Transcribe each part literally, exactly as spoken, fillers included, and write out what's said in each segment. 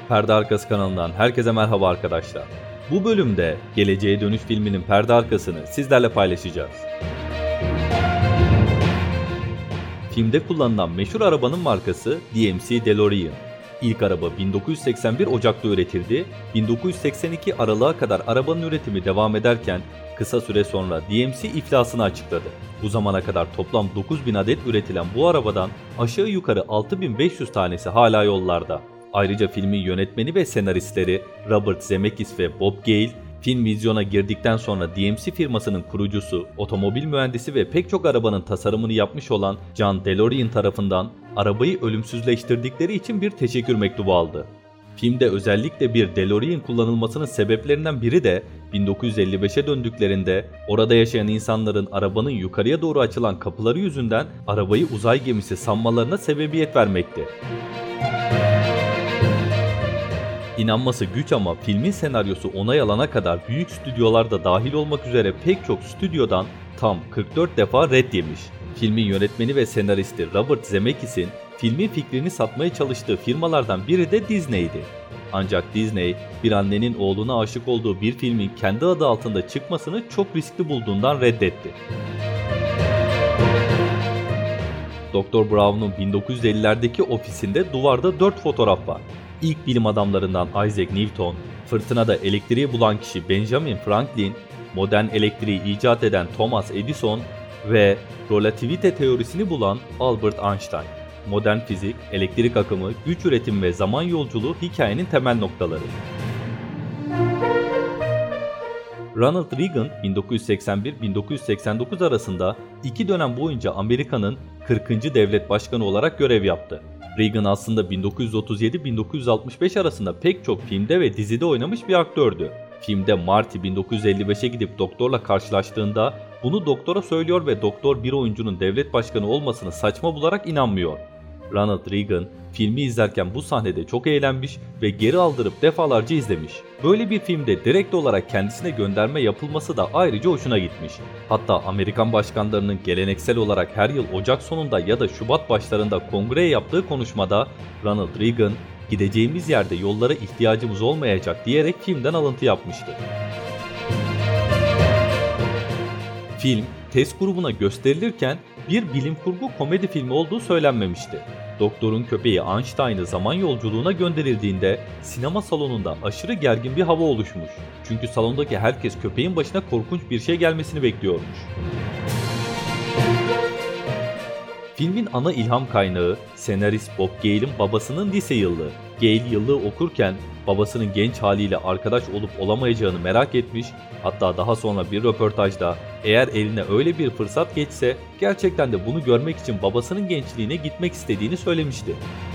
Perde Arkası kanalından herkese merhaba arkadaşlar. Bu bölümde Geleceğe Dönüş filminin perde arkasını sizlerle paylaşacağız. Filmde kullanılan meşhur arabanın markası D M C DeLorean. İlk araba bin dokuz yüz seksen bir Ocak'ta üretildi. bin dokuz yüz seksen iki Aralık'a kadar arabanın üretimi devam ederken kısa süre sonra D M C iflasını açıkladı. Bu zamana kadar toplam dokuz bin adet üretilen bu arabadan aşağı yukarı altı bin beş yüz tanesi hala yollarda. Ayrıca filmin yönetmeni ve senaristleri Robert Zemeckis ve Bob Gale, film vizyona girdikten sonra D M C firmasının kurucusu, otomobil mühendisi ve pek çok arabanın tasarımını yapmış olan John DeLorean tarafından arabayı ölümsüzleştirdikleri için bir teşekkür mektubu aldı. Filmde özellikle bir DeLorean kullanılmasının sebeplerinden biri de bin dokuz yüz elli beşe döndüklerinde orada yaşayan insanların arabanın yukarıya doğru açılan kapıları yüzünden arabayı uzay gemisi sanmalarına sebebiyet vermekti. İnanması güç ama filmin senaryosu onay alana kadar büyük stüdyolar da dahil olmak üzere pek çok stüdyodan tam kırk dört defa red yemiş. Filmin yönetmeni ve senaristi Robert Zemeckis'in filmin fikrini satmaya çalıştığı firmalardan biri de Disney'di. Ancak Disney, bir annenin oğluna aşık olduğu bir filmin kendi adı altında çıkmasını çok riskli bulduğundan reddetti. Doktor Brown'un bin dokuz yüz ellilerdeki ofisinde duvarda dört fotoğraf var. İlk bilim adamlarından Isaac Newton, fırtınada elektriği bulan kişi Benjamin Franklin, modern elektriği icat eden Thomas Edison ve relativite teorisini bulan Albert Einstein. Modern fizik, elektrik akımı, güç üretimi ve zaman yolculuğu hikayenin temel noktaları. Ronald Reagan bin dokuz yüz seksen bir - bin dokuz yüz seksen dokuz arasında iki dönem boyunca Amerika'nın kırkıncı devlet başkanı olarak görev yaptı. Reagan aslında bin dokuz yüz otuz yedi - bin dokuz yüz altmış beş arasında pek çok filmde ve dizide oynamış bir aktördü. Filmde Marty bin dokuz yüz elli beşe gidip doktorla karşılaştığında bunu doktora söylüyor ve doktor bir oyuncunun devlet başkanı olmasını saçma bularak inanmıyor. Ronald Reagan filmi izlerken bu sahnede çok eğlenmiş ve geri aldırıp defalarca izlemiş. Böyle bir filmde direkt olarak kendisine gönderme yapılması da ayrıca hoşuna gitmiş. Hatta Amerikan başkanlarının geleneksel olarak her yıl Ocak sonunda ya da Şubat başlarında kongreye yaptığı konuşmada Ronald Reagan, "Gideceğimiz yerde yollara ihtiyacımız olmayacak" diyerek filmden alıntı yapmıştı. Film, test grubuna gösterilirken bir bilim kurgu komedi filmi olduğu söylenmemişti. Doktorun köpeği Einstein'ı zaman yolculuğuna gönderildiğinde sinema salonunda aşırı gergin bir hava oluşmuş. Çünkü salondaki herkes köpeğin başına korkunç bir şey gelmesini bekliyormuş. Filmin ana ilham kaynağı senarist Bob Gale'in babasının lise yıllığı. Gale yıllığı okurken babasının genç haliyle arkadaş olup olamayacağını merak etmiş, hatta daha sonra bir röportajda eğer eline öyle bir fırsat geçse gerçekten de bunu görmek için babasının gençliğine gitmek istediğini söylemişti.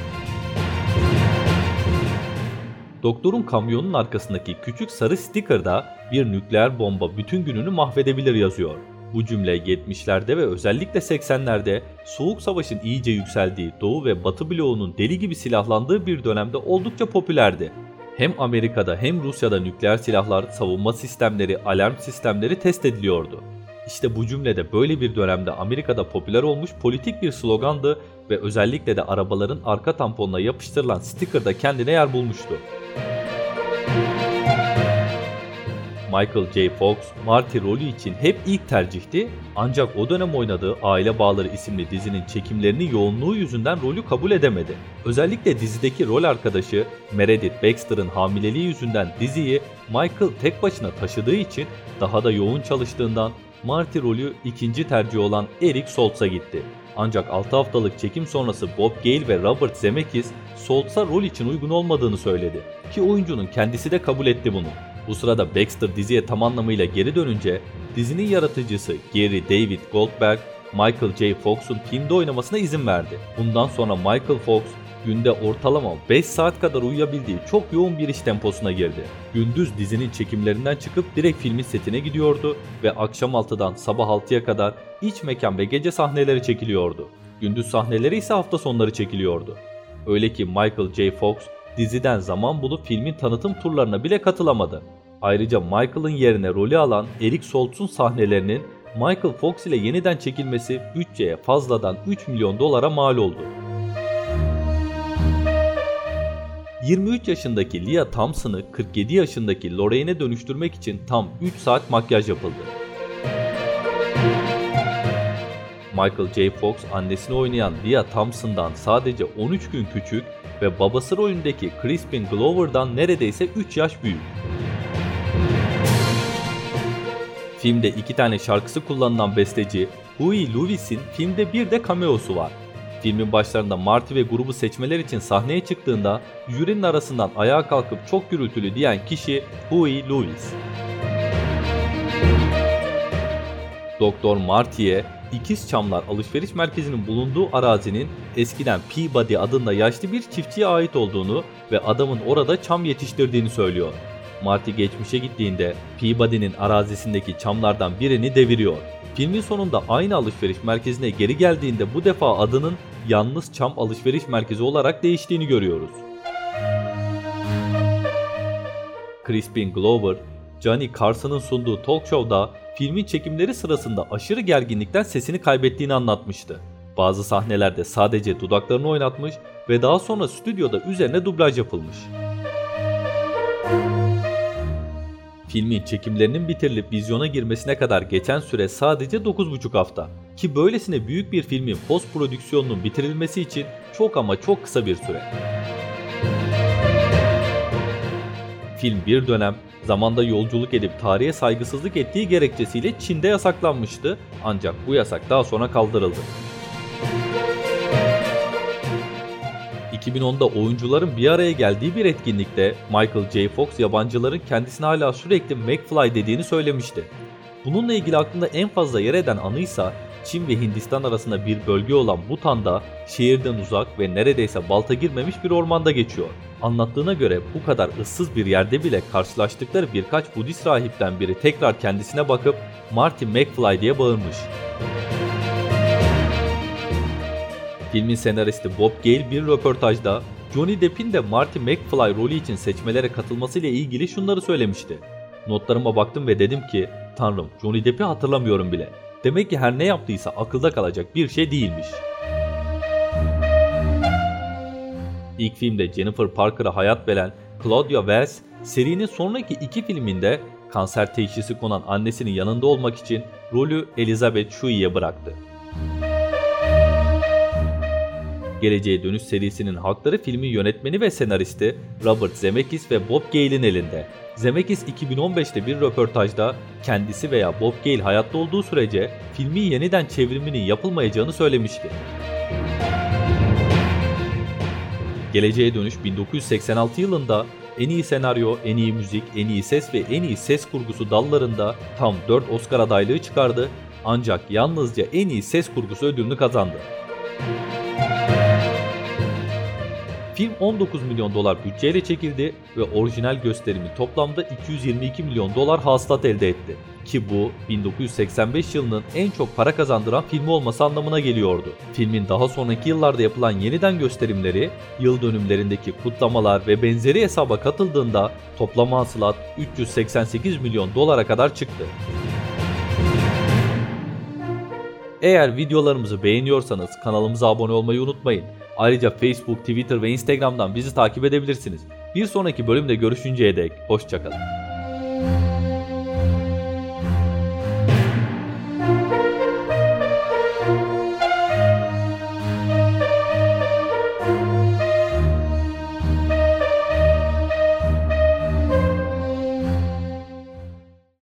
Doktorun kamyonun arkasındaki küçük sarı stikerda bir nükleer bomba bütün gününü mahvedebilir yazıyor. Bu cümle yetmişlerde ve özellikle seksenlerde Soğuk Savaş'ın iyice yükseldiği Doğu ve Batı bloğunun deli gibi silahlandığı bir dönemde oldukça popülerdi. Hem Amerika'da hem Rusya'da nükleer silahlar, savunma sistemleri, alarm sistemleri test ediliyordu. İşte bu cümlede böyle bir dönemde Amerika'da popüler olmuş politik bir slogandı ve özellikle de arabaların arka tamponuna yapıştırılan stikerda kendine yer bulmuştu. Michael J. Fox, Marty rolü için hep ilk tercihti, ancak o dönem oynadığı Aile Bağları isimli dizinin çekimlerinin yoğunluğu yüzünden rolü kabul edemedi. Özellikle dizideki rol arkadaşı Meredith Baxter'ın hamileliği yüzünden diziyi Michael tek başına taşıdığı için daha da yoğun çalıştığından Marty rolü ikinci tercih olan Eric Stoltz'a gitti. Ancak altı haftalık çekim sonrası Bob Gale ve Robert Zemeckis Stoltz'a rol için uygun olmadığını söyledi ki oyuncunun kendisi de kabul etti bunu. Bu sırada Baxter diziye tam anlamıyla geri dönünce dizinin yaratıcısı Gary David Goldberg, Michael J. Fox'un filmde oynamasına izin verdi. Bundan sonra Michael Fox günde ortalama beş saat kadar uyuyabildiği çok yoğun bir iş temposuna girdi. Gündüz dizinin çekimlerinden çıkıp direkt filmin setine gidiyordu ve akşam altıdan sabah altıya kadar iç mekan ve gece sahneleri çekiliyordu. Gündüz sahneleri ise hafta sonları çekiliyordu. Öyle ki Michael J. Fox diziden zaman bulup filmin tanıtım turlarına bile katılamadı. Ayrıca Michael'ın yerine rolü alan Eric Stoltz'un sahnelerinin Michael Fox ile yeniden çekilmesi bütçeye fazladan üç milyon dolara mal oldu. yirmi üç yaşındaki Lea Thompson'ı kırk yedi yaşındaki Lorraine'e dönüştürmek için tam üç saat makyaj yapıldı. Michael J. Fox annesini oynayan Lea Thompson'dan sadece on üç gün küçük ve babası rolündeki Crispin Glover'dan neredeyse üç yaş büyük. Filmde iki tane şarkısı kullanılan besteci Huey Lewis'in filmde bir de cameo'su var. Filmin başlarında Marty ve grubu seçmeler için sahneye çıktığında jürinin arasından ayağa kalkıp çok gürültülü diyen kişi Huey Lewis. Doktor Marty'ye İkizçamlar Alışveriş Merkezi'nin bulunduğu arazinin eskiden Peabody adında yaşlı bir çiftçiye ait olduğunu ve adamın orada çam yetiştirdiğini söylüyor. Marty geçmişe gittiğinde Peabody'nin arazisindeki çamlardan birini deviriyor. Filmin sonunda aynı alışveriş merkezine geri geldiğinde bu defa adının Yalnız Çam Alışveriş Merkezi olarak değiştiğini görüyoruz. Crispin Glover, Johnny Carson'ın sunduğu talk show'da filmin çekimleri sırasında aşırı gerginlikten sesini kaybettiğini anlatmıştı. Bazı sahnelerde sadece dudaklarını oynatmış ve daha sonra stüdyoda üzerine dublaj yapılmış. Filmin çekimlerinin bitirilip vizyona girmesine kadar geçen süre sadece dokuz buçuk hafta ki böylesine büyük bir filmin post prodüksiyonunun bitirilmesi için çok ama çok kısa bir süre. Film bir dönem zamanda yolculuk edip tarihe saygısızlık ettiği gerekçesiyle Çin'de yasaklanmıştı ancak bu yasak daha sonra kaldırıldı. iki bin onda oyuncuların bir araya geldiği bir etkinlikte Michael J. Fox yabancıların kendisine hala sürekli McFly dediğini söylemişti. Bununla ilgili aklında en fazla yer eden anıysa Çin ve Hindistan arasında bir bölge olan Bhutan'da şehirden uzak ve neredeyse balta girmemiş bir ormanda geçiyor. Anlattığına göre bu kadar ıssız bir yerde bile karşılaştıkları birkaç Budist rahipten biri tekrar kendisine bakıp Marty McFly diye bağırmış. Filmin senaristi Bob Gale bir röportajda Johnny Depp'in de Marty McFly rolü için seçmelere katılmasıyla ilgili şunları söylemişti. Notlarıma baktım ve dedim ki, Tanrım Johnny Depp'i hatırlamıyorum bile. Demek ki her ne yaptıysa akılda kalacak bir şey değilmiş. İlk filmde Jennifer Parker'a hayat veren Claudia Wells, serinin sonraki iki filminde kanser teşhisi konan annesinin yanında olmak için rolü Elizabeth Shue'ye bıraktı. Geleceğe Dönüş serisinin hakları filmin yönetmeni ve senaristi Robert Zemeckis ve Bob Gale'in elinde. Zemeckis iki bin on beşte bir röportajda kendisi veya Bob Gale hayatta olduğu sürece filmin yeniden çevriminin yapılmayacağını söylemişti. Geleceğe Dönüş bin dokuz yüz seksen altı yılında en iyi senaryo, en iyi müzik, en iyi ses ve en iyi ses kurgusu dallarında tam dört Oscar adaylığı çıkardı ancak yalnızca en iyi ses kurgusu ödülünü kazandı. Film on dokuz milyon dolar bütçeyle çekildi ve orijinal gösterimi toplamda iki yüz yirmi iki milyon dolar hasılat elde etti. Ki bu bin dokuz yüz seksen beş yılının en çok para kazandıran filmi olması anlamına geliyordu. Filmin daha sonraki yıllarda yapılan yeniden gösterimleri, yıl dönümlerindeki kutlamalar ve benzeri hesaba katıldığında toplam hasılat üç yüz seksen sekiz milyon dolara kadar çıktı. Eğer videolarımızı beğeniyorsanız kanalımıza abone olmayı unutmayın. Ayrıca Facebook, Twitter ve Instagram'dan bizi takip edebilirsiniz. Bir sonraki bölümde görüşünceye dek hoşça kalın.